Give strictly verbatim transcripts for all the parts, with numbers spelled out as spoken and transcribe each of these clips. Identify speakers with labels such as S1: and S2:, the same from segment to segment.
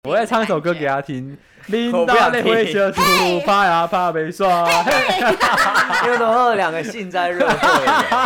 S1: 我在唱一首歌给他听，领导的会小出怕呀怕被刷，
S2: 因为都有两个幸灾乐祸的。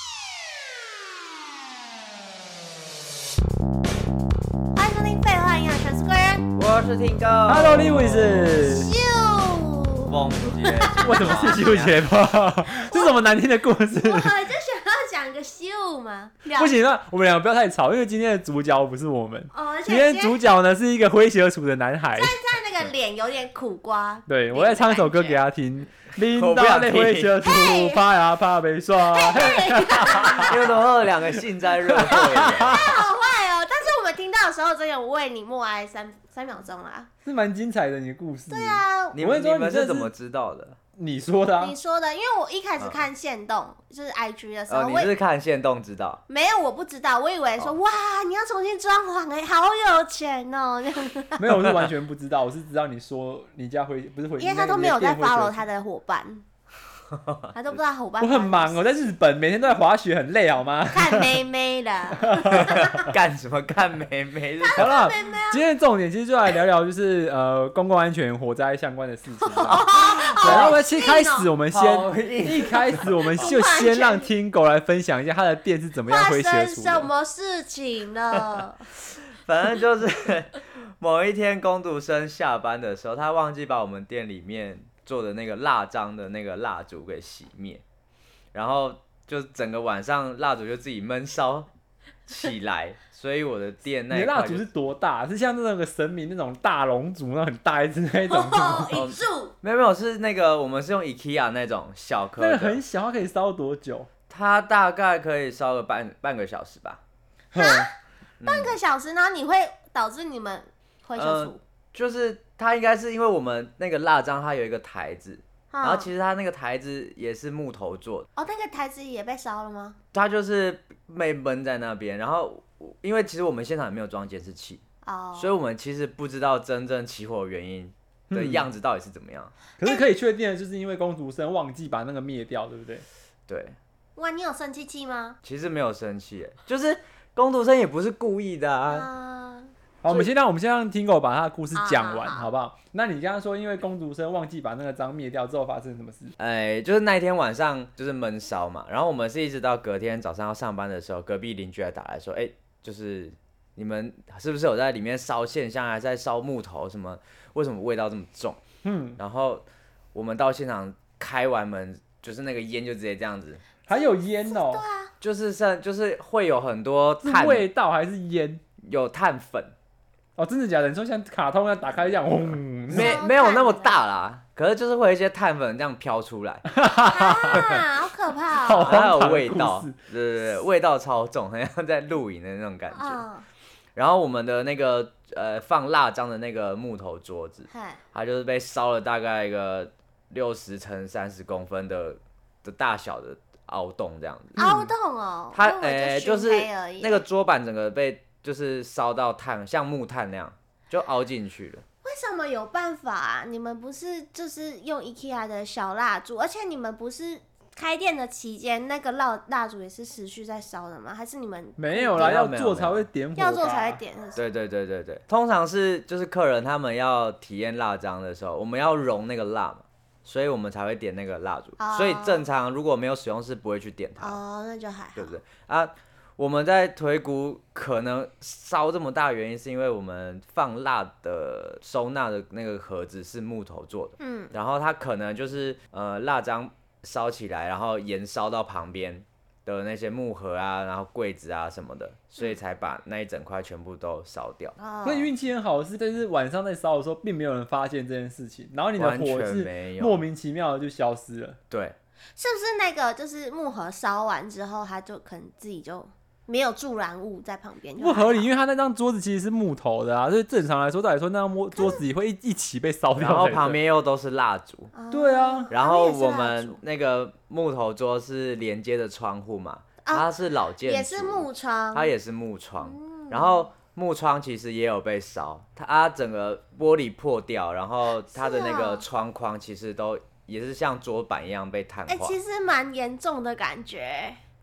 S3: 欢迎收听废话营养全是贵人，
S2: 我是听哥
S1: ，Hello， 李伟是。
S2: 梦姐，
S1: 为什么是修姐吧？这是什么难听的故事？
S3: 我就想要讲个秀嘛。
S1: 不行，那我们两个不要太吵，因为今天的主角不是我们。
S3: 哦，而且
S1: 今天主角呢是一个诙谐而处的男孩。
S3: 站在那个脸有点苦瓜。
S1: 对，我在唱一首歌给他听。领
S2: 导
S1: 的诙谐而处怕呀怕被刷，
S2: 因为都有两个幸灾乐祸的。
S3: 好坏哦！但是我们听到的时候，真有为你默哀三三秒钟啦。
S1: 是蛮精彩的你的故事。
S3: 对啊，
S2: 你们你们是怎么知道的？
S1: 你说的啊，
S3: 你说的，因为我一开始看限动，嗯、就是 I G 的时候，
S2: 哦，你是看限动知道？
S3: 没有，我不知道，我以为说、哦、哇，你要重新装潢哎，好有钱哦，这样子。
S1: 没有，我是完全不知道，我是知道你说你家回不是回，
S3: 因为他都没有在 follow 他的伙伴。他都不知道伙伴。
S1: 我很忙，我在日本，每天都在滑雪，很累，好吗？
S3: 看妹妹的。
S2: 干什么看妹妹的？
S1: 好了，今天的重点其实就来聊聊，就是呃公共安全、火灾相关的事情。对，然后我们一开始，我们先一开始我们就先让听狗来分享一下他的店是怎么样诙谐处的。
S3: 发生什么事情了？
S2: 反正就是某一天工读生下班的时候，他忘记把我们店里面做的那个蜡章的那个蜡烛给熄灭，然后就整个晚上蜡烛就自己闷烧起来，所以我的店那一块、就是、
S1: 你的蜡烛是多大？是像那个神明那种大龙烛，那很大一只那种？
S3: 哦，一柱？
S2: 没有没有，是那个我们是用 IKEA 那种小颗的，
S1: 那个很小，它可以烧多久？
S2: 它大概可以烧个半半个小时吧。
S3: 啊？半个小时，然后你会导致你们回修处？呃
S2: 就是它应该是因为我们那个蜡章它有一个台子，嗯、然后其实它那个台子也是木头做的。
S3: 哦，那个台子也被烧了吗？
S2: 它就是被闷在那边，然后因为其实我们现场也没有装监视器，哦，所以我们其实不知道真正起火原因的样子到底是怎么样。
S1: 嗯、可是可以确定的就是因为工读生忘记把那个灭掉，对不对？
S2: 对。
S3: 哇，你有生气气吗？
S2: 其实没有生气，就是工读生也不是故意的啊。啊
S1: 好，我们先让我们先让听狗把他的故事讲完，好不好？那你刚刚说，因为工读生忘记把那个章灭掉之后，发生什么事？
S2: 哎，就是那一天晚上就是闷烧嘛，然后我们是一直到隔天早上要上班的时候，隔壁邻居来打来说，哎，就是你们是不是有在里面烧线香，还是在烧木头什么？为什么味道这么重？嗯，然后我们到现场开完门，就是那个烟就直接这样子，
S1: 还有烟哦，
S3: 对啊，
S2: 就是剩就是会有很多碳
S1: 味道还是烟？
S2: 有碳粉。
S1: 哦，真的假的？你说像卡通要打开这样，轰，
S2: 没没有那么大啦，可是就是会有一些碳粉这样飘出来，
S3: 啊，好可怕哦！
S2: 还有味道，对对对，味道超重，很像在露营的那种感觉。哦、然后我们的那个呃放蜡章的那个木头桌子，它就是被烧了大概一个六十乘三十公分的的大小的凹洞这样子。
S3: 凹洞哦，
S2: 它呃就是那个桌板整个被。就是烧到炭，像木炭那样，就凹进去了。
S3: 为什么有办法啊？你们不是就是用 IKEA 的小蜡烛，而且你们不是开店的期间，那个蜡蜡烛也是持续在烧的吗？还是你们
S1: 没有啦？要做才会点火，
S3: 要做才会点。
S2: 对对对对对，通常是就是客人他们要体验蜡章的时候，我们要熔那个蜡嘛，所以我们才会点那个蜡烛。Oh. 所以正常如果没有使用是不会去点它。
S3: 哦， oh, 那就还好，
S2: 对不对啊？我们在推估可能烧这么大的原因，是因为我们放蜡的收纳的那个盒子是木头做的，嗯，然后它可能就是呃蜡章烧起来，然后延烧到旁边的那些木盒啊，然后柜子啊什么的，所以才把那一整块全部都烧掉。
S3: 哦、
S1: 所以运气很好的是，但是晚上在烧的时候，并没有人发现这件事情，然后你的火是莫名其妙的就消失了。
S2: 对，
S3: 是不是那个就是木盒烧完之后，它就可能自己就。没有助燃物在旁边，
S1: 不合理，因为它那张桌子其实是木头的啊，所以正常来说，照理说那张桌子也会一起被烧掉。
S2: 然后旁边又都是蜡烛，
S1: 对啊。
S2: 然后我们那个木头桌是连接的窗户嘛，它是老建筑，
S3: 也是木窗，
S2: 它也是木窗，嗯、然后木窗其实也有被烧，它整个玻璃破掉，然后它的那个窗框其实都也是像桌板一样被碳化。
S3: 哎、欸，其实蛮严重的感觉。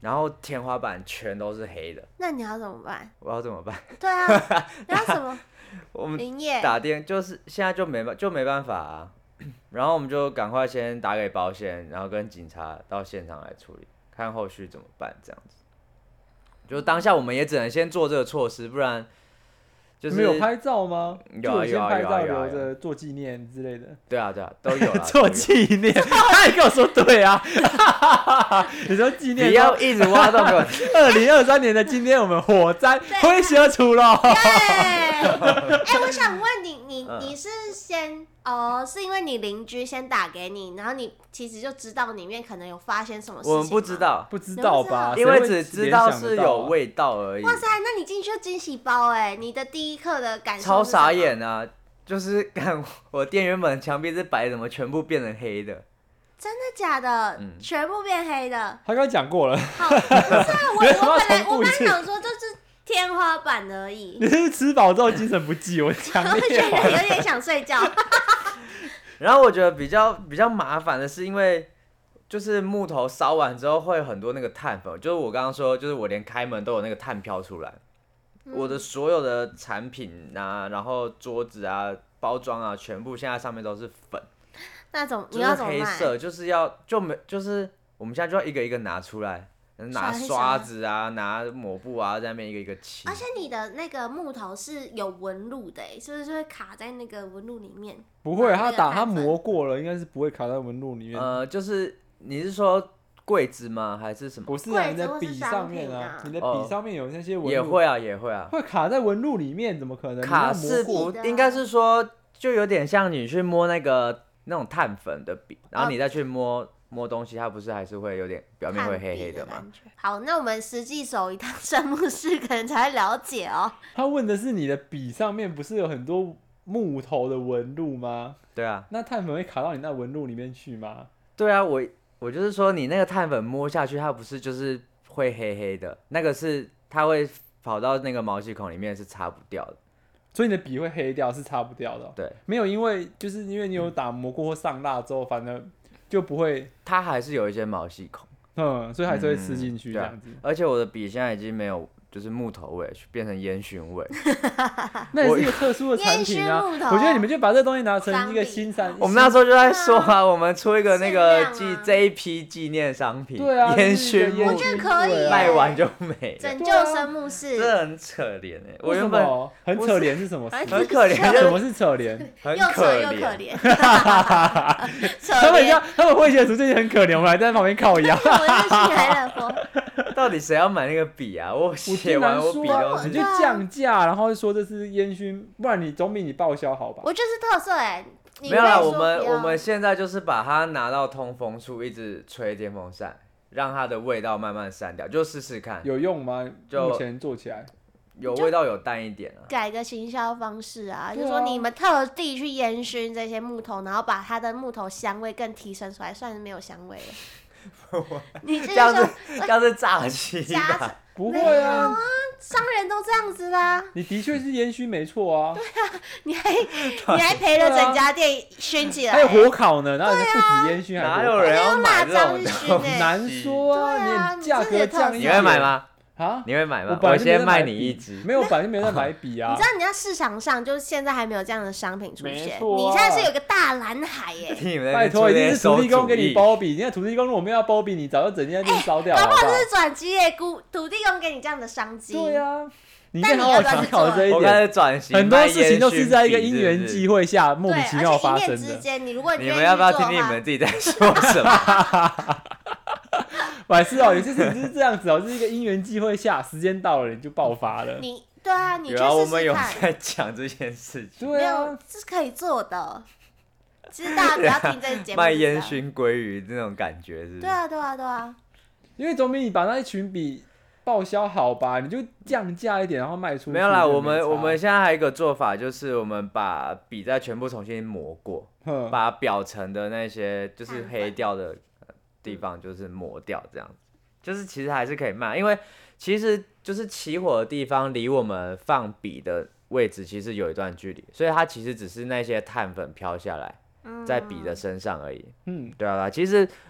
S2: 然后天花板全都是黑的。
S3: 那你要怎么办？
S2: 我要怎么办？
S3: 对啊，你要什么？
S2: 我们
S3: 营业
S2: 打电就是现在就没办就没办法啊，然后我们就赶快先打给保险，然后跟警察到现场来处理，看后续怎么办这样子。就当下我们也只能先做这个措施，不然就是
S1: 没有拍照吗？
S2: 有啊有啊
S1: 拍照
S2: 有啊有啊
S1: 留着做纪念之类的。
S2: 对啊对啊都有啦。
S1: 做纪念，他也跟我说对啊。你说纪念，
S2: 不要一直挖洞给我。
S1: 二零二三年的今天，我们火灾灰蛇除了。
S3: 哎，我想问你，你
S2: 嗯
S3: 你是先哦，是因为你邻居先打给你，然后你其实就知道里面可能有发现什么事情吗？
S2: 我们不知道，
S1: 不知道吧？
S2: 因为只知道是有味道而已。
S3: 哇塞，那你进去就惊喜包哎！你的第一刻的感受
S2: 超傻眼啊！就是看我店原本墙壁是白，怎么全部变成黑的？
S3: 真的假的？
S2: 嗯、
S3: 全部变黑的？
S1: 他刚刚讲过了。
S3: 好，不是啊，我我本来我刚想说就是天花板而已。
S1: 你是吃饱之后精神不济，我强烈
S3: 我觉得有点想睡觉。
S2: 然后我觉得比较比较麻烦的是，因为就是木头烧完之后会有很多那个碳粉，就是我刚刚说，就是我连开门都有那个碳飘出来。嗯、我的所有的产品啊，然后桌子啊、包装啊，全部现在上面都是粉。
S3: 那种你要怎么
S2: 就是黑色，就是要就没就是我们现在就要一个一个拿出来，拿刷子啊，拿抹布啊，在那边一个一个清。
S3: 而且你的那个木头是有纹路的，哎，是不是会卡在那个纹路里面？
S1: 不会，他打他磨过了，应该是不会卡在纹路里面。
S2: 呃，就是你是说柜子吗？还是什么？
S1: 不是啊，你的笔上面啊，你的笔上面有那些纹路。
S2: 也会啊，也会啊。
S1: 会卡在纹路里面，怎么可能？
S2: 卡是不应该是说，就有点像你去摸那个那种碳粉的笔，然后你再去摸。摸东西，它不是还是会有点表面会黑黑的吗？
S3: 好，那我们实际手一趟圣木师可能才会了解哦。
S1: 他问的是你的笔上面不是有很多木头的纹路吗？
S2: 对啊，
S1: 那碳粉会卡到你那纹路里面去吗？
S2: 对啊，我我就是说你那个碳粉摸下去，它不是就是会黑黑的，那个是它会跑到那个毛细孔里面是擦不掉的。
S1: 所以你的笔会黑掉，是擦不掉的、喔。
S2: 对，
S1: 没有，因为就是因为你有打磨过或上蜡之后，反正。就不会，
S2: 它还是有一些毛细孔，
S1: 嗯，所以还是会吃进去这样子、嗯
S2: 啊。而且我的笔现在已经没有就是木头味，变成烟熏味。
S1: 那也是一个特殊的产品啊！我觉得你们就把这东西拿成一个新产。
S2: 我们那时候就在说啊，我们出一个那个纪、啊、这一批纪念商品，
S1: 对啊，
S2: 烟熏木，
S3: 我觉得可以，
S2: 卖完就没了，
S3: 拯救生木室，
S2: 这很扯怜哎！我原本
S1: 很扯怜是什么？
S2: 很可怜，
S1: 什么是扯怜？
S2: 很
S3: 可怜。
S1: 他们家他们会写出这些很可怜，我们还在旁边靠腰。
S3: 我是心海的佛。
S2: 到底谁要买那个笔啊？我写完我笔都
S1: 你就降价，然后说这是烟熏，不然你总比你报销好吧？
S3: 我就是特色哎、欸，
S2: 没有啦，我们我们现在就是把它拿到通风处，一直吹电风扇，让它的味道慢慢散掉，就试试看
S1: 有用吗？
S2: 就
S1: 目前做起来
S2: 有味道有淡一点啊。
S3: 改个行销方式啊，啊就说你们特地去烟熏这些木头，然后把它的木头香味更提升出来，算是没有香味了。你这
S2: 样子这样是诈欺吧？
S1: 不会啊，
S3: 商人都这样子啦。
S1: 你的确是烟熏没错啊。
S3: 对啊，你还你还赔了整家店熏起来、
S1: 欸，还有火烤呢，然后不止烟熏，
S2: 哪有人要买这种
S3: 东西？
S1: 难说啊，你价格降，
S2: 你会买吗？
S1: 啊，
S2: 你会买吗？
S1: 我,
S2: 我先卖你一支。
S1: 没有，我本来就没有在买笔啊。
S3: 你知道，你在市场上就是现在还没有这样的商品出现。
S1: 啊、
S3: 你现在是有一个大蓝海耶、
S2: 欸。
S1: 拜托，一定是土地公给你包笔。你看土地公如果没有要包笔，你早就整天店烧掉了。
S3: 搞不好是转机耶，土地公给你这样的商机。
S1: 对啊，你应该好好思考这一点。
S2: 我开始转型，
S1: 很多事情都是在一个因缘际会下莫名其妙发生的。
S3: 对，而且一念之间，你如果
S2: 你们要不要听听你们自己在说什么？
S1: 百思哦，有些事情就是这样子哦，就是一个因缘际会下，时间到了你就爆发了。
S3: 你对啊，你就试试看。
S2: 有啊，我们有在讲这件事情。
S1: 对啊，
S3: 这是可以做的。其实大家不要听这个节目。
S2: 卖烟熏鲑鱼那种感觉是。
S3: 对啊，对啊，对啊。
S1: 因为总比你把那一群笔报销好吧？你就降价一点，然后卖出去。
S2: 没有啦，我们我们现在还有一个做法，就是我们把笔再全部重新磨过，把表层的那些就是黑掉的地方就是磨掉，这样子，就是其实还是可以卖，因为其实就是起火的地方离我们放笔的位置其实有一段距离，所以它其实只是那些碳粉飘下来在笔的身上而已。嗯，对啊，其实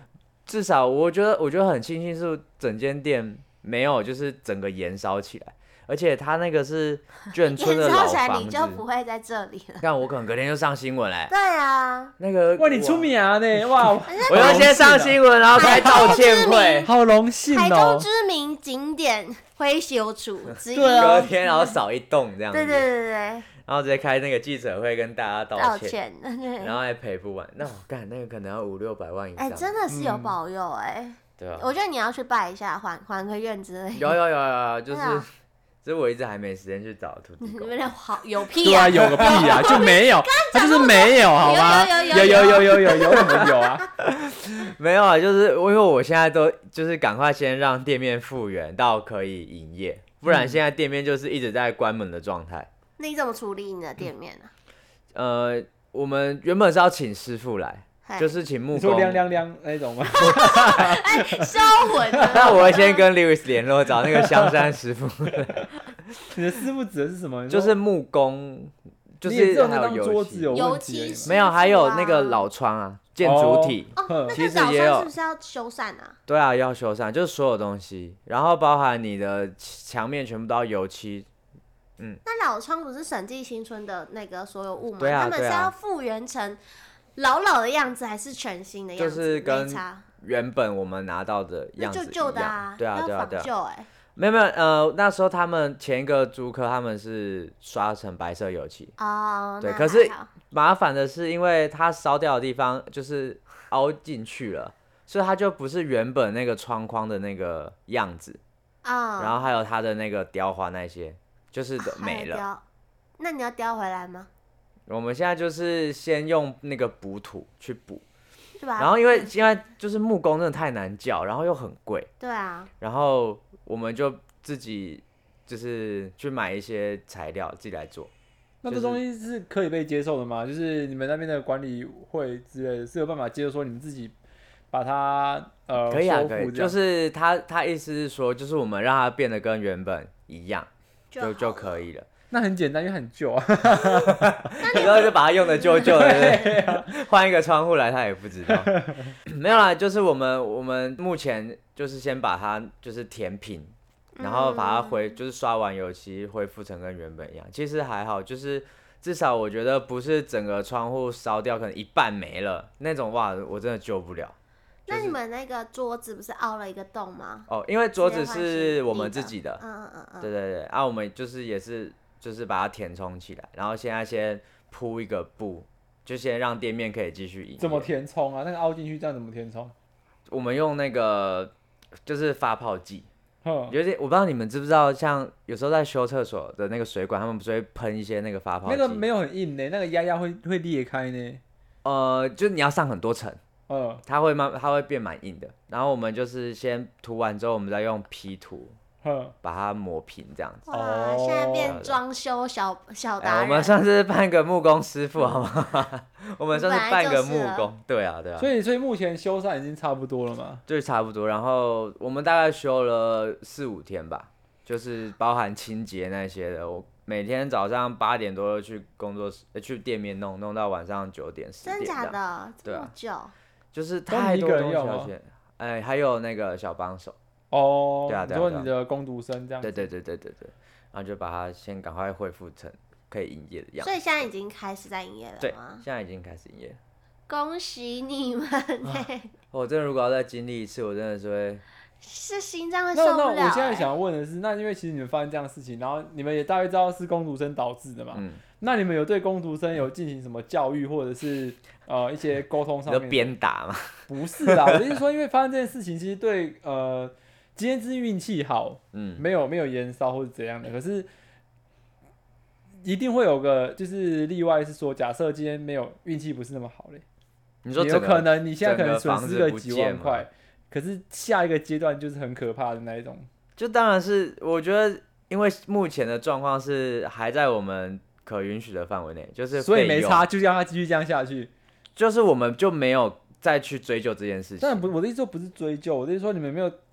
S2: 至少我觉得我觉得很庆幸是整间店没有就是整个燃烧起来。而且他那个是眷村的老房子，
S3: 你就不会在这里了。
S2: 但我可能隔天就上新闻嘞。
S3: 对啊，
S2: 那个
S1: 哇，你出名啊呢，哇！
S2: 我要先上新闻，然后开道歉会，
S1: 好荣幸哦。
S3: 台中知名景点灰修处之一，
S2: 隔天然后少一栋这样子。
S3: 对对对对。
S2: 然后直接开那个记者会跟大家道
S3: 歉，
S2: 然后还赔不完。那我干那个可能要五六百万以上。
S3: 哎，真的是有保佑哎。
S2: 对啊。
S3: 我觉得你要去拜一下，还还个愿之类的。
S2: 有有有有，就是。所以我一直还没时间去找土地公。
S3: 你们俩好有屁
S1: 啊！对啊，有个屁啊，就没有，他就是没有，好吗？
S3: 有
S1: 有有有有有有什么有啊？
S2: 没有啊，就是因为我现在都就是赶快先让店面复原到可以营业，不然现在店面就是一直在关门的状态。
S3: 那你怎么处理你的店面呢？
S2: 呃，我们原本是要请师傅来。就是请木工，
S1: 你说亮亮亮那种吗？
S3: 哎，销魂。
S2: 那我会先跟 Lewis 联络，找那个香山师傅。
S1: 你的师傅指的是什么？
S2: 就是木工，就是还有
S1: 桌子有
S3: 油漆，
S2: 没有，还有那个老窗啊，建筑体。
S3: 哦，
S2: 其实也有，
S3: 是不是要修缮啊？
S2: 对啊，要修缮，就是所有东西，然后包含你的墙面全部都要油漆。嗯，
S3: 那老窗不是审计新村的那个所有物吗？
S2: 对啊，
S3: 他们是要复原成老老的样子还是全新的样子？
S2: 就是跟原本我们拿到的样子一样。
S3: 旧旧的啊，
S2: 对啊，对啊，对啊。
S3: 旧哎。
S2: 没有没有，呃，那时候他们前一个租客他们是刷成白色油漆。
S3: 哦。
S2: 对，可是麻烦的是，因为它烧掉的地方就是凹进去了，所以它就不是原本那个窗框的那个样子。
S3: 啊、
S2: 哦。然后还有它的那个雕花那些，就是没了。
S3: 啊、那你要雕回来吗？
S2: 我们现在就是先用那个补土去补，
S3: 对吧？
S2: 然后因为现在就是木工真的太难叫，然后又很贵，
S3: 对啊。
S2: 然后我们就自己就是去买一些材料自己来做。
S1: 那这东西是可以被接受的吗？就是你们那边的管理会之类的，是有办法接受说你们自己把它呃
S2: 可以啊，可以，就是他他意思是说，就是我们让它变得跟原本一样，就就可以了。
S1: 那很简单，因为很旧啊。
S2: 然后就把它用的旧旧的，换一个窗户来，他也不知道。没有啦，就是我们我们目前就是先把它就是填平，然后把它恢就是刷完油漆恢复成跟原本一样。其实还好，就是至少我觉得不是整个窗户烧掉，可能一半没了那种，哇，我真的救不了。
S3: 那你们那个桌子不是凹了一个洞吗？
S2: 哦，因为桌子是我们自己的，
S3: 嗯嗯嗯，
S2: 对对对，啊，我们就是也是。就是把它填充起来，然后现在先铺一个布，就先让店面可以继续营业。
S1: 怎么填充啊？那个凹进去这样怎么填充？
S2: 我们用那个就是发泡剂，有点我不知道你们知不知道，像有时候在修厕所的那个水管，他们不是会喷一些那个发泡剂？
S1: 那个没有很硬的，那个压压会会裂开呢。
S2: 呃，就是你要上很多层，
S1: 嗯，
S2: 它会慢，它会变蛮硬的。然后我们就是先涂完之后，我们再用 P 涂。把它磨平这样子。
S3: 哇，现在变装修小小达人、
S2: 欸。我们算是半个木工师傅，好吗？我们算是半个木工。对啊，对啊。
S1: 所以，所以目前修缮已经差不多了嘛？
S2: 对，差不多。然后我们大概修了四五天吧，就是包含清洁那些的。我每天早上八点多去工作室，去店面弄，弄到晚上九点十点。
S3: 真假的？
S2: 对啊，
S3: 久。
S2: 就是太多东西要钱。哎，还有那个小帮手。
S1: 哦，
S2: 对啊，对啊，
S1: 你说你的工读生这样子，
S2: 对对对对对对，然后就把它先赶快恢复成可以营业的样子。
S3: 所以现在已经开始在营业了吗？
S2: 对，现在已经开始营业。
S3: 恭喜你们、欸！
S2: 我真的如果要再经历一次，我真的是会，
S3: 是心脏会受不了、欸。
S1: 那那我现在想问的是，那因为其实你们发生这样的事情，然后你们也大概知道是工读生导致的嘛？嗯。那你们有对工读生有进行什么教育，或者是呃一些沟通上面的？
S2: 鞭打吗？
S1: 不是啦，我的意思说，因为发生这件事情，其实对呃。今天是运气好，嗯，没有没有延烧或者怎样的，可是一定会有个就是例外，是说假设今天没有运气不是那么好嘞，
S2: 你说
S1: 有可能你现在可能损失个几万块，可是下一个阶段就是很可怕的那一种。
S2: 就当然是我觉得，因为目前的状况是还在我们可允许的范围内，就是
S1: 所以没差，就让它继续这样下去，
S2: 就是我们就没有再去追究这件事情。
S1: 但不，我的意思说不是追究，我的意思说你们没有。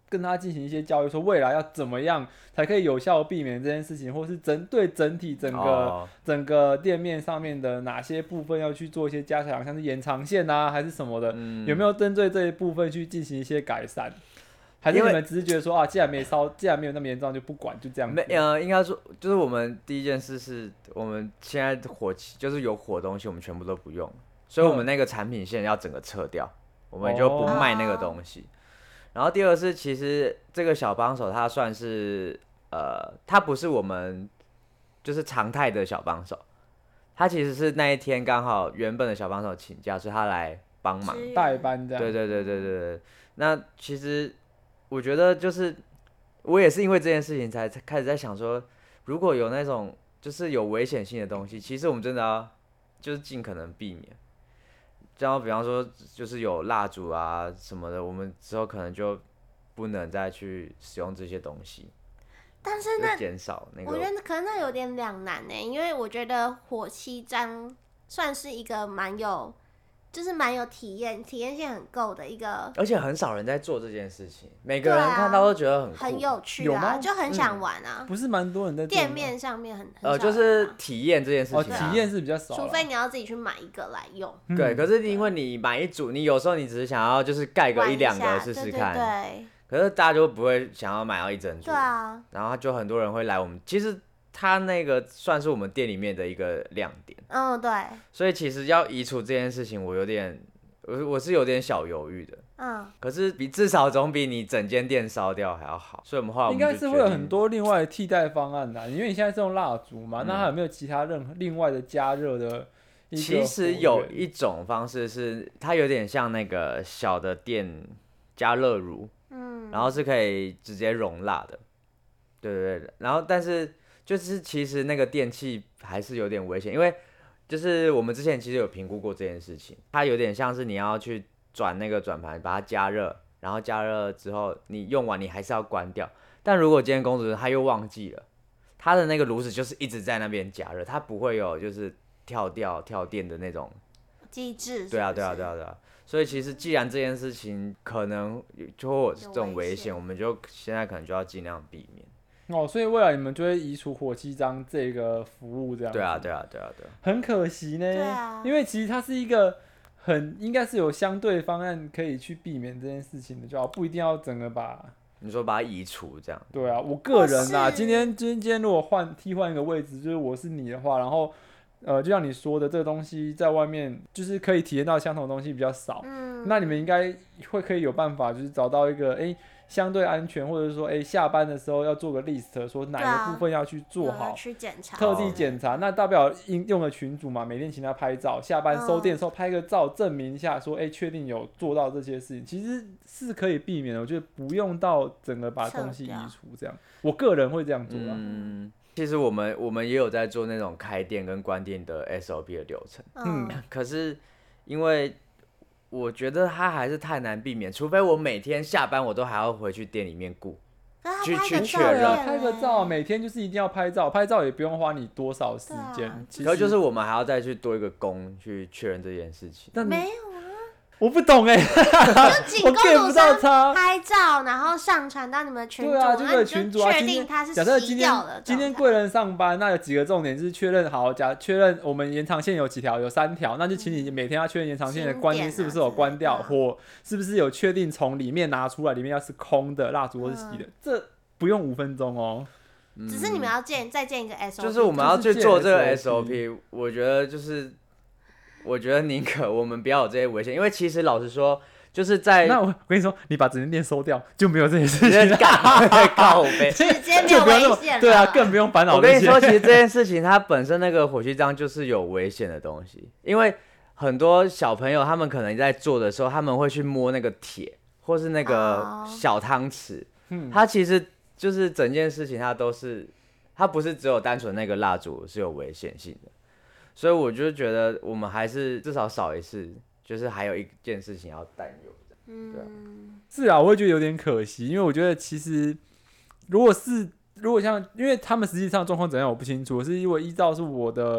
S1: 跟他进行一些教育，说未来要怎么样才可以有效避免这件事情，或是针对整体整个、哦、整个店面上面的哪些部分要去做一些加强，像是延长线啊还是什么的、嗯、有没有针对这一部分去进行一些改善？还是你们只是觉得说啊，既然没烧，既然没有那么严重，就不管，就这样子？
S2: 没呃，应该说就是我们第一件事是我们现在火器就是有火的东西，我们全部都不用，所以我们那个产品线要整个撤掉，我们就不卖那个东西。哦、然后第二是，其实这个小帮手他算是呃，他不是我们就是常态的小帮手，他其实是那一天刚好原本的小帮手请假，所以他来帮忙
S1: 代班这样。
S2: 对对对对对对，那其实。我觉得就是我也是因为这件事情才开始在想说，如果有那种就是有危险性的东西，其实我们真的要就是尽可能避免。这样比方说就是有蜡烛啊什么的，我们之后可能就不能再去使用这些东西。
S3: 但是那
S2: 减少那个，
S3: 我觉得可能那有点两难呢，因为我觉得火漆章算是一个蛮有。就是蛮有体验，体验性很够的一个，
S2: 而且很少人在做这件事情，每个人看到都觉得很酷、
S3: 啊、很有趣啊，就很想玩啊。
S1: 嗯、不是蛮多人在做
S3: 店面上面很很
S2: 呃，就是体验这件事情、啊，
S1: 哦，体验是比较少，
S3: 除非你要自己去买一个来用。
S2: 嗯、对，可是因为你买一组，你有时候你只是想要就是盖个一两个试试看，
S3: 对, 对, 对。
S2: 可是大家就不会想要买到一整组，
S3: 对啊。
S2: 然后就很多人会来我们，其实。它那个算是我们店里面的一个亮点，
S3: 嗯，对。
S2: 所以其实要移除这件事情，我有点，我我是有点小犹豫的，嗯。可是比至少总比你整间店烧掉还要好，所以我们后来我们
S1: 应该是会有很多另外的替代方案的，因为你现在是用蜡烛嘛，嗯、那还有没有其他任何另外的加热的？
S2: 其实有一种方式是，它有点像那个小的电加热炉，嗯，然后是可以直接容蜡的，对对对，然后但是。就是其实那个电器还是有点危险，因为就是我们之前其实有评估过这件事情，它有点像是你要去转那个转盘，把它加热，然后加热之后你用完你还是要关掉。但如果今天工作人员他又忘记了，他的那个炉子就是一直在那边加热，它不会有就是跳掉跳电的那种
S3: 机制。
S2: 对啊对啊对啊对啊。所以其实既然这件事情可能就会有这种危险，我们就现在可能就要尽量避免。
S1: 哦，所以未来你们就会移除火漆章这个服务，这样子。
S2: 对啊，对啊，对啊，对啊。
S1: 很可惜呢，
S3: 对啊，
S1: 因为其实它是一个很应该是有相对方案可以去避免这件事情的，就好，不一定要整个把。
S2: 你说把它移除这样？
S1: 对啊，我个人啊，今天今天今天如果换替换一个位置，就是我是你的话，然后呃，就像你说的，这个东西在外面就是可以体验到相同的东西比较少，嗯，那你们应该会可以有办法，就是找到一个哎。欸相对安全，或者是说，哎、欸，下班的时候要做个 list， 说哪个部分要去做好，
S3: 去检查，
S1: 特地检查。那大不了用的群组嘛，每天请他拍照，下班收店的时候拍个照，证明一下，说，哎、欸，确定有做到这些事情，其实是可以避免的。我觉得不用到整个把东西移除这样，我个人会这样做啦。
S2: 嗯，其实我们我们也有在做那种开店跟关店的 S O P 的流程，嗯，可是因为。我觉得它还是太难避免，除非我每天下班我都还要回去店里面顾，去去确认。
S1: 拍个照，每天就是一定要拍照，拍照也不用花你多少时间。啊、
S2: 可是就是我们还要再去多一个工去确认这件事情。
S3: 但没有啊，
S1: 我不懂哎、
S3: 欸，就仅供读生拍照，然后上传到你们群组，
S1: 对啊，这个群组啊，
S3: 确定它是
S1: 假设今天今天贵人上班，那有几个重点就是确认好，假确认我们延长线有几条，有三条，那就请你每天要确认延长线的关键是不是有关掉，啊、火是不是有确定从里面拿出来，里面要是空的，蜡烛或是熄的，嗯、这不用五分钟哦。
S3: 只是你们要建再建一个 S O P，
S2: 就是我们要去做这个 S O P， 我觉得就是。我觉得宁可我们不要有这些危险，因为其实老实说，就是在
S1: 那我我跟你说，你把整间店收掉就没有这些事情，
S2: 靠背，
S3: 直接没有危险了。
S1: 对啊，更不用烦恼。
S2: 我跟你说，其实这件事情它本身那个火漆章就是有危险的东西，因为很多小朋友他们可能在做的时候，他们会去摸那个铁或是那个小汤匙，嗯，它其实就是整件事情它都是，它不是只有单纯那个蜡烛是有危险性的。所以我就觉得我们还是至少少一次，就是还有一件事情要担忧的，对啊。
S1: 是啊，我会觉得有点可惜，因为我觉得其实如果是如果像，因为他们实际上状况怎样我不清楚，是因为依照是我的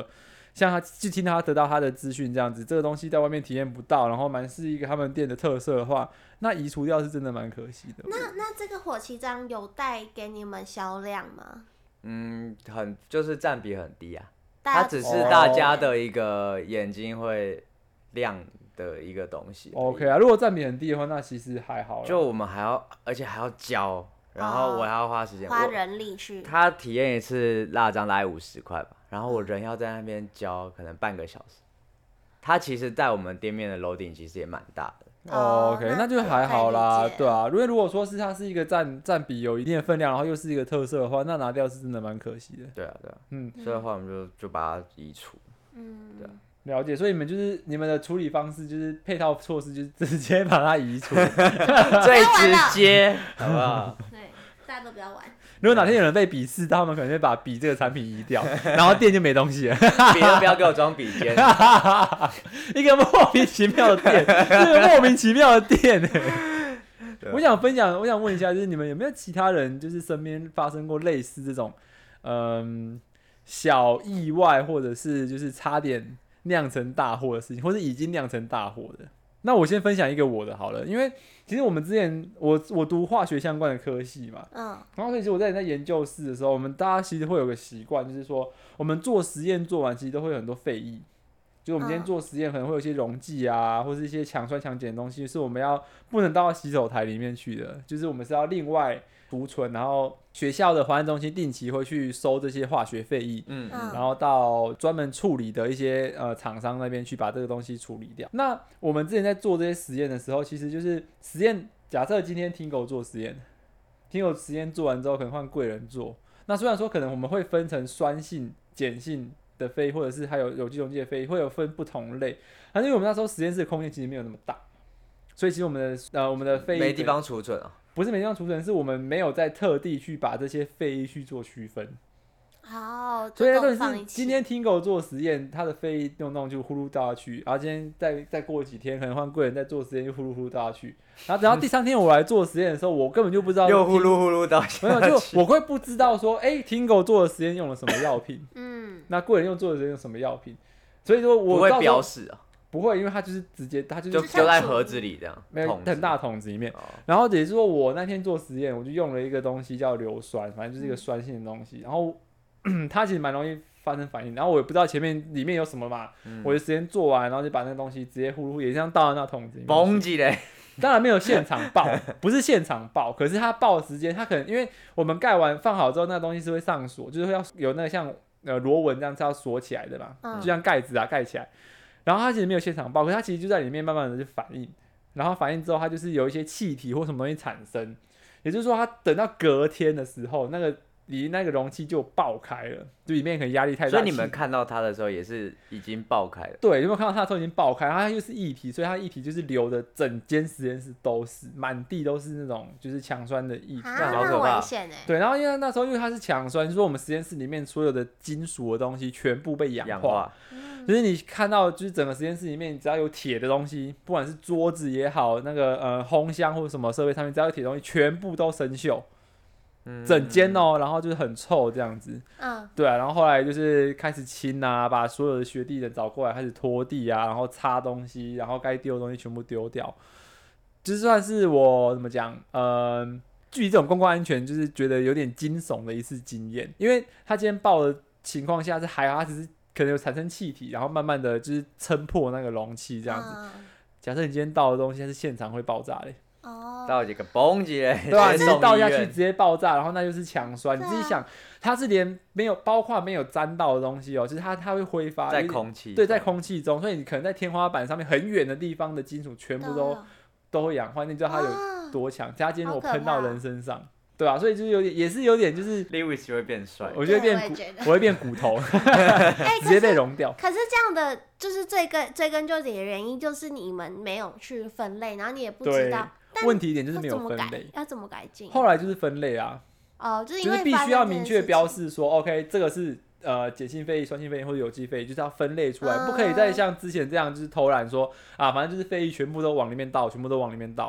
S1: 像他就听他得到他的资讯这样子，这个东西在外面体验不到，然后蛮是一个他们店的特色的话，那移除掉是真的蛮可惜的。
S3: 那那这个火旗章有带给你们销量吗？
S2: 嗯，很就是占比很低啊，它只是大家的一个眼睛会亮的一个东西。
S1: OK 啊，如果占比很低的话，那其实还好啦。
S2: 就我们还要，而且还要教，然后我还要花时间，
S3: 花人力去。
S2: 他体验一次蜡章大概五十块吧，然后我人要在那边教，可能半个小时。他其实，在我们店面的楼顶其实也蛮大的。
S1: 哦 ，OK， 那就还好啦，对啊。因为如果说是它是一个占占比有一定的分量，然后又是一个特色的话，那拿掉是真的蛮可惜的。
S2: 对啊，对啊，嗯，所以的话我们就就把它移除。嗯，对啊。
S1: 了解，所以你们就是你们的处理方式就是配套措施，就是直接把它移除，
S2: 最直接，好不好？
S3: 对，大家都不要玩。
S1: 如果哪天有人被鄙视，他们可能会把笔这个产品移掉，然后店就没东西了。
S2: 笔都不要给我装笔尖，
S1: 一个莫名其妙的店，一个莫名其妙的店。我想分享，我想问一下，就是你们有没有其他人，就是身边发生过类似这种，嗯，小意外，或者是就是差点酿成大祸的事情，或是已经酿成大祸的？那我先分享一个我的好了，因为其实我们之前我我读化学相关的科系嘛，嗯，然后所以其实我在在研究室的时候，我们大家其实会有个习惯，就是说我们做实验做完，其实都会有很多废液，就是我们今天做实验可能会有一些溶剂啊，或是一些强酸强碱的东西，是我们要不能倒到洗手台里面去的，就是我们是要另外储存，然后学校的环境中心定期会去收这些化学废液，嗯，然后到专门处理的一些呃厂商那边去把这个东西处理掉。那我们之前在做这些实验的时候，其实就是实验，假设今天 Tingo 做实验 ，Tingo 实验做完之后，可能换贵人做。那虽然说可能我们会分成酸性、碱性的废液，或者是还有有机溶剂的废液，会有分不同类，但是因为我们那时候实验室的空间其实没有那么大，所以其实我们的呃我们的废液
S2: 没地方储存啊。
S1: 不是没地方储存，是我们没有在特地去把这些废液去做区分。
S3: 好，
S1: 所以是今天 Tingo 做实验，他的废液弄弄就呼噜倒下去，然后今天再再过几天，可能换贵人再做实验，又呼噜呼噜倒下去。然后等到第三天我来做实验的时候，我根本就不知道
S2: 又呼噜呼噜倒下去，
S1: 没有，就我会不知道说，哎、欸、，Tingo 做的实验用了什么药品，嗯，那贵人用做的实验用什么药品，所以说我
S2: 不会标示啊。
S1: 不会，因为它就是直接，它就是
S2: 就丢在盒子里这样，
S1: 没有很大桶子里面。然后也就是说，我那天做实验，我就用了一个东西叫硫酸，反正就是一个酸性的东西。然后它其实蛮容易发生反应。然后我也不知道前面里面有什么嘛，嗯、我的实验做完，然后就把那个东西直接呼噜，也像倒到那桶子里面。
S2: 嘣起嘞！
S1: 当然没有现场爆，不是现场爆，可是它爆的时间，它可能因为我们盖完放好之后，那个东西是会上锁，就是会要有那个像呃螺纹这样是要锁起来的嘛，嗯、就像盖子啊盖起来。然后它其实没有现场爆，可是它其实就在里面慢慢的就反应，然后反应之后它就是有一些气体或什么东西产生，也就是说它等到隔天的时候，那个离那个容器就爆开了，就里面可能压力太大。
S2: 所以你们看到它的时候也是已经爆开了。
S1: 对，有没有看到它的时候已经爆开，它又是液体，所以它液体就是流的整间实验室都是，满地都是那种就是强酸的液体，
S3: 啊，好可怕。危险欸。
S1: 对，然后因为那时候因为它是强酸，就是说我们实验室里面所有的金属的东西全部被氧化。氧化就是你看到，就是整个实验室里面，只要有铁的东西，不管是桌子也好，那个呃烘箱或者什么设备上面，只要有铁的东西，全部都生锈，嗯、整间哦，然后就是很臭这样子。嗯，对啊，然后后来就是开始清啊，把所有的学弟人找过来，开始拖地啊，然后擦东西，然后该丢的东西全部丢掉。就算是我怎么讲，呃，距离这种公共安全，就是觉得有点惊悚的一次经验，因为他今天爆的情况下是还好，他只是。可能有产生气体，然后慢慢的就是撑破那个容器这样子。嗯、假设你今天倒的东西是现场会爆炸嘞，
S3: 哦，
S2: 倒几个嘣几嘞，
S1: 对啊，你倒下去直接爆炸，然后那就是强酸。你自己想，它是连没有，包括没有沾到的东西哦，就是它它会挥发
S2: 在空气，
S1: 对，在空气中，所以你可能在天花板上面很远的地方的金属全部都都会氧化，你知道它有多强？加今天我喷到人身上。对啊，所以就是有点，也是有点，就是
S2: Lewis 会变帅，
S1: 我就会变骨，我会变骨头，直接被溶掉。
S3: 可是这样的就是追根追根究底的原因，就是你们没有去分类，然后你也不知道。
S1: 问题点就是没有分类，
S3: 要怎么改进？
S1: 后来就是分类啊，
S3: 哦，就是因为
S1: 就是必须要明确标示说 ，OK， 这个是呃碱性废液、酸性废液或者有机废液，就是要分类出来，嗯、不可以再像之前这样就是偷懒说啊，反正就是废液全部都往里面倒，全部都往里面倒。因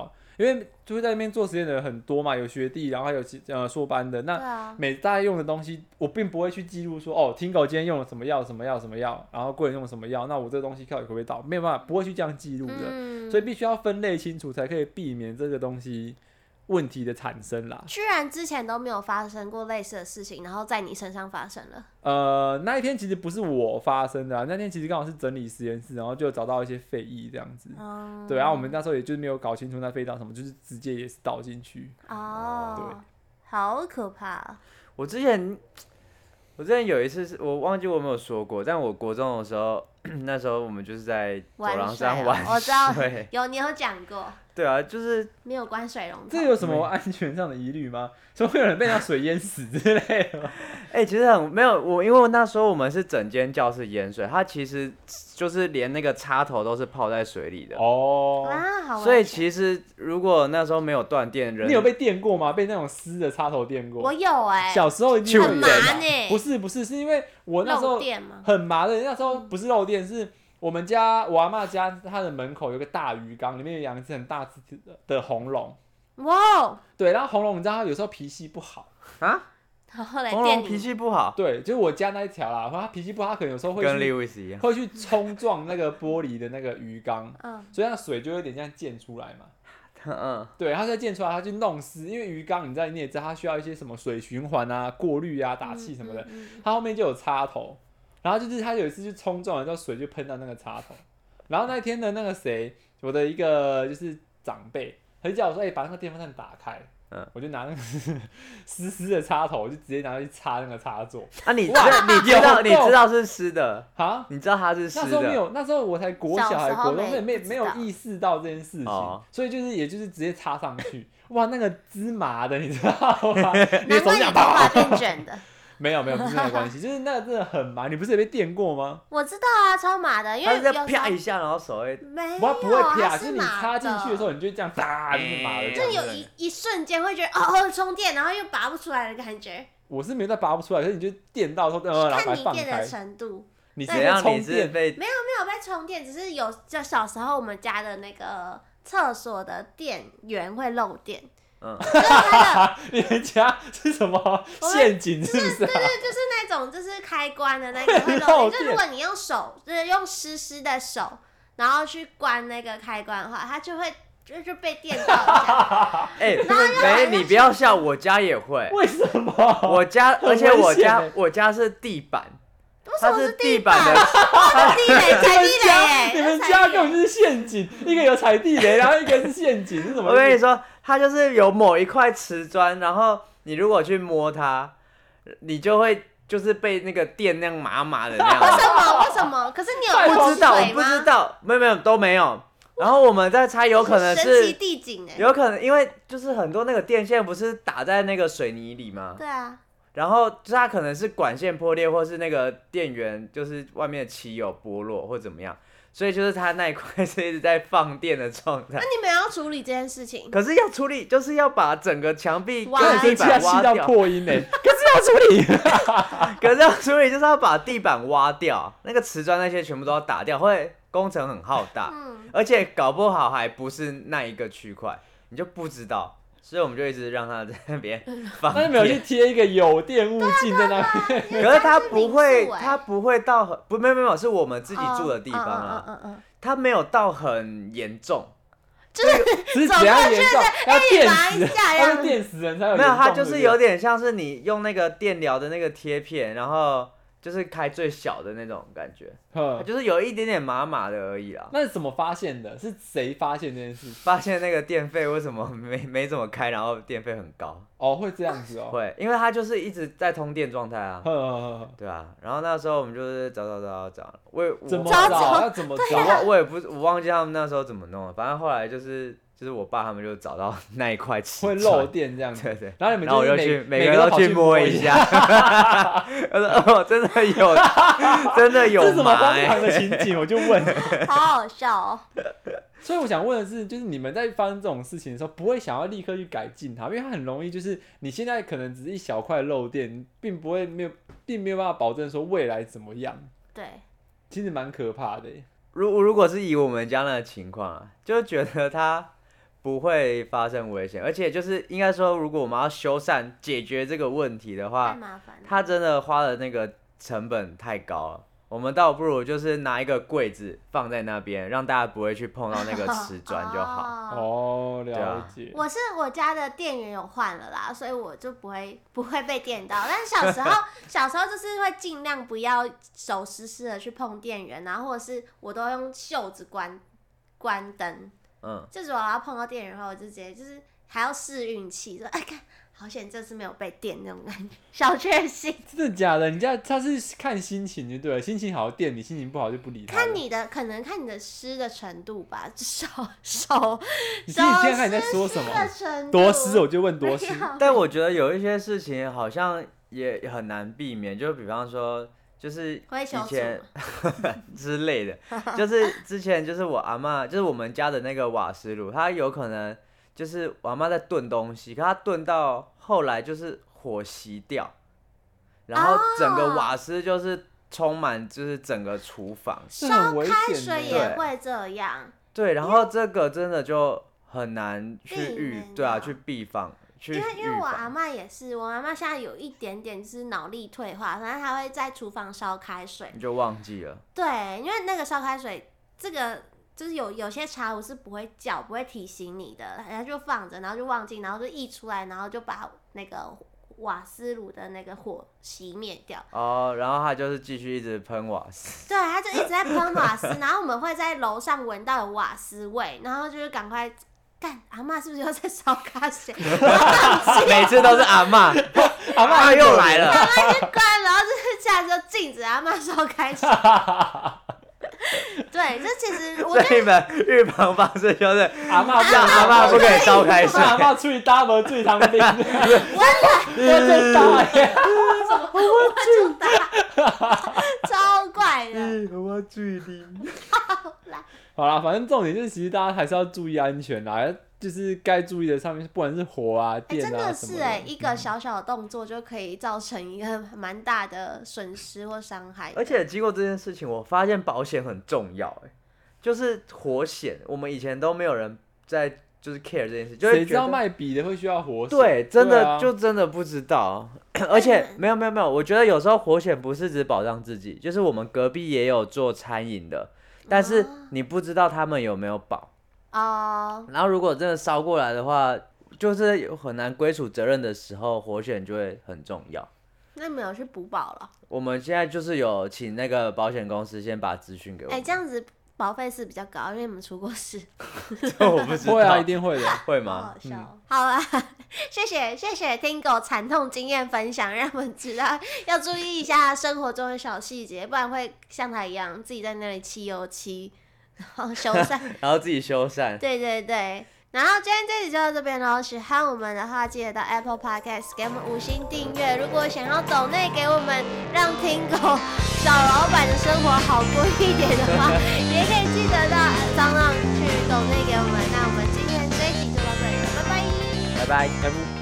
S1: 因为就会在那边做实验的人很多嘛，有学弟，然后还有呃硕班的，那每大家用的东西，我并不会去记录说哦，Tingo 今天用了什么药，什么药，什么药，然后贵人用了什么药，那我这个东西到底可不可以倒？没有办法，不会去这样记录的，嗯、所以必须要分类清楚，才可以避免这个东西问题的产生啦。
S3: 居然之前都没有发生过类似的事情，然后在你身上发生了。
S1: 呃，那一天其实不是我发生的、啊，那天其实刚好是整理实验室，然后就找到一些废液这样子。嗯、对，然后我们那时候也就是没有搞清楚那废到什么，就是直接也是倒进去。
S3: 哦，对，好可怕。
S2: 我之前，我之前有一次是我忘记我有没有说过，但我国中的时候，那时候我们就是在走廊上玩水。
S3: 我知道，有你有讲过。
S2: 对啊，就是
S3: 没有关水龙头。
S1: 这有什么安全上的疑虑吗？说会有人被那水淹死之类的吗？
S2: 哎、欸，其实很没有我，因为那时候我们是整间教室淹水，它其实就是连那个插头都是泡在水里的。
S1: 哦，
S3: 啊，好。
S2: 所以其实如果那时候没有断电，人
S1: 你有被电过吗？被那种湿的插头电过？
S3: 我有哎、欸，
S1: 小时候一定
S3: 很麻呢。
S1: 不是不是，是因为我那时候很麻的，那时候不是漏电是。我们家我阿嬷家，她的门口有个大鱼缸，里面有养一只很大只的红龙。
S3: 哇！
S1: 对，然后红龙你知道它有时候脾气不好
S2: 啊，红龙脾气不好。
S1: 对，就是我家那一条啦，它脾气不好，它可能有时候会
S2: 跟 Lewis 一样，
S1: 会去冲撞那个玻璃的那个鱼缸，嗯，所以那水就有点这样溅出来嘛。嗯，对，它在溅出来，它去弄湿，因为鱼缸你知道你也知道，它需要一些什么水循环啊、过滤啊、打气什么的，嗯嗯嗯、它后面就有插头。然后就是他有一次就冲撞了，之后水就喷到那个插头。然后那天的那个谁，我的一个就是长辈，他就叫我说：“哎、欸，把那个电风扇打开。”嗯，我就拿那个湿湿的插头，我就直接拿去插那个插座。
S2: 啊你，你你知道你知道是湿的啊？你知道它是湿的？
S1: 那时候没有，那时候我才国小还国中，没没没有意识到这件事情，哦、所以就是也就是直接插上去。哇，那个芝麻的，你知道吗？
S3: 难怪你头发变卷的。
S1: 没有没有，不是那个关系，就是那个真的很麻。你不是也被电过吗？
S3: 我知道啊，超麻的，因为
S2: 它是啪一下，然后手会
S3: 没有，
S1: 不会啪，就是你插进去的时候，你就这样哒，就是麻的，
S3: 就有一一瞬间会觉得哦充电，然后又拔不出来的感觉。
S1: 我是没有在拔不出来，可是你就电到之后，呃，然后把它放开。
S3: 看你电的程度。
S1: 你是要充电？
S3: 没有没有被充电，只是有就小时候我们家的那个厕所的电源会漏电。嗯，
S1: 你们家是什么陷阱？是不是、啊？
S3: 对对，就是那种就是开关的那个会漏电。就如果你用手，就是用湿湿的手，然后去关那个开关的话，它就会就就被电到。
S2: 哎，没，你不要笑，我家也会。
S1: 为什么？
S2: 我家，而且我家我家是地板。它是地板的，
S3: 它地雷踩地雷，
S1: 你们家根本就是陷阱，一个有踩地雷，然后一个是陷阱，是什么？
S2: 我跟你说，它就是有某一块瓷砖，然后你如果去摸它，你就会就是被那个电那样麻麻的那样。
S3: 为什么？为什么？可是你有
S2: 不知道，我不知道，没有没有都没有。然后我们在猜，有可能是
S3: 神奇地景哎，
S2: 有可能因为就是很多那个电线不是打在那个水泥里吗？
S3: 对啊。
S2: 然后就是它可能是管线破裂，或是那个电源就是外面的漆油剥落或怎么样，所以就是它那一块是一直在放电的状态。
S3: 那你们要处理这件事情？
S2: 可是要处理就是要把整个墙壁跟地板挖掉。
S1: 到破音呢，可是要处理，
S2: 可是要处理就是要把地板挖掉，那个瓷砖那些全部都要打掉，会工程很浩大，嗯、而且搞不好还不是那一个区块，你就不知道。所以我们就一直让他在那边放电。
S1: 那你没有去贴一个有电物镜在那边？
S2: 可是他不会，他不会到很不没有没有，是我们自己住的地方啊。嗯嗯嗯。他没有到很严重，
S3: 就是
S1: 只怎样严重？要电死，要电死人才有。
S2: 没有，他就是有点像是你用那个电疗的那个贴片，然后就是开最小的那种感觉，就是有一点点麻麻的而已啦。
S1: 那是怎么发现的？是谁发现这件事？
S2: 发现那个电费为什么没没怎么开，然后电费很高。
S1: 哦，会这样子哦。
S2: 会，因为它就是一直在通电状态啊。对啊，然后那时候我们就是找找找找找，我也
S1: 怎么找？要怎么找？
S2: 我我也不我忘记他们那时候怎么弄了，反正后来就是。就是我爸他们就找到那一块瓷
S1: 会漏电这样子，
S2: 对对。
S1: 然后你们
S2: 就我就去每
S1: 个
S2: 都去摸一下，我说哦，真的有，真的有麻。这
S1: 什么荒唐的情景？我就问，
S3: 好好笑哦。
S1: 所以我想问的是，就是你们在发生这种事情的时候，不会想要立刻去改进它，因为它很容易，就是你现在可能只是一小块漏电，并不会没有，并没有办法保证说未来怎么样。
S3: 对，
S1: 其实蛮可怕的。
S2: 如如果是以我们家那个情况啊，就觉得它。 不会发生危险，而且就是应该说，如果我们要修缮解决这个问题的话，
S3: 太麻烦了，
S2: 它真的花的那个成本太高了。我们倒不如就是拿一个柜子放在那边，让大家不会去碰到那个瓷砖就好。
S1: 哦，了解。
S3: 我是我家的电源有换了啦，所以我就不会不会被电到。但小时候小时候就是会尽量不要手湿湿的去碰电源，然后或者是我都用袖子关关灯。嗯，就是我要碰到电源后，我就直接就是还要试运气，说哎看。好险，这次没有被电那种感觉，小确幸。
S1: 真的假的？你家他是看心情就对了，心情好电你，心情不好就不理他。
S3: 看你的，可能看你的湿的程度吧，手手。
S1: 你听你听看你在说什么？多湿我就问多湿。
S2: 但我觉得有一些事情好像也很难避免，就比方说，就是以前之类的，就是之前就是我阿嬷，就是我们家的那个瓦斯炉，它有可能。就是我阿嬷在炖东西，可她炖到后来就是火熄掉，然后整个瓦斯就是充满，就是整个厨房。
S3: 烧开水也会这样。
S2: 对，然后这个真的就很难去预，对啊，去避防。因
S3: 为因为我阿嬷也是，我阿嬷现在有一点点就是脑力退化，反正她会在厨房烧开水。
S2: 你就忘记了。
S3: 对，因为那个烧开水，这个。就是有有些茶壶是不会叫，不会提醒你的，然后就放着，然后就忘记，然后就溢出来，然后就把那个瓦斯炉的那个火熄灭掉。
S2: 哦，然后他就是继续一直喷瓦斯。
S3: 对，他就一直在喷瓦斯，然后我们会在楼上闻到有瓦斯味，然后就是赶快干，阿嬷是不是又在烧开水？
S2: 每次都是阿嬷，阿嬷又来了。
S3: 阿嬷就关，然后就是下来就禁止阿嬷烧开水。对，这其实我觉得
S2: 所以你们预防方式就是
S1: 阿嬷
S2: 这样，阿嬷不可以烧开水，
S1: 阿嬷出去 double 最汤冰，我
S3: 真大耶，我真大，超怪的，
S2: 我最灵。
S1: 好啦，反正重点就是，其实大家还是要注意安全啦，就是该注意的上面，不管是火啊、电啊什么的。
S3: 真的是哎，一个小小的动作就可以造成一个蛮大的损失或伤害。
S2: 而且经过这件事情，我发现保险很重要哎，就是火险，我们以前都没有人在就是 care 这件事，就是
S1: 谁知道卖笔的会需要火险？
S2: 对，真的、啊、就真的不知道。而且没有没有没有，我觉得有时候火险不是只保障自己，就是我们隔壁也有做餐饮的。但是你不知道他们有没有保哦， oh. 然后如果真的烧过来的话，就是很难归属责任的时候，火险就会很重要。
S3: 那你们有去补保了？
S2: 我们现在就是有请那个保险公司先把资讯给我们。
S3: 哎、欸，这样子保费是比较高，因为你们出过事。
S2: 这我不知道。
S1: 会啊，一定会的。
S2: 会吗？
S3: 好好笑。嗯、好啦，谢谢谢谢Tingo惨痛经验分享，让我们知道要注意一下生活中的小细节，不然会像他一样自己在那里漆油漆，然后修缮，
S2: 然后自己修缮。
S3: 对对对。然后今天这集就到这边喽，喜欢我们的话记得到 Apple Podcast 给我们五星订阅。如果想要抖内给我们让Tingo小老板的生活好过一点的话，也可以记得到张浪去抖内给我们。那我们今天这一集就到这里了，拜拜，
S2: 拜拜，拜拜。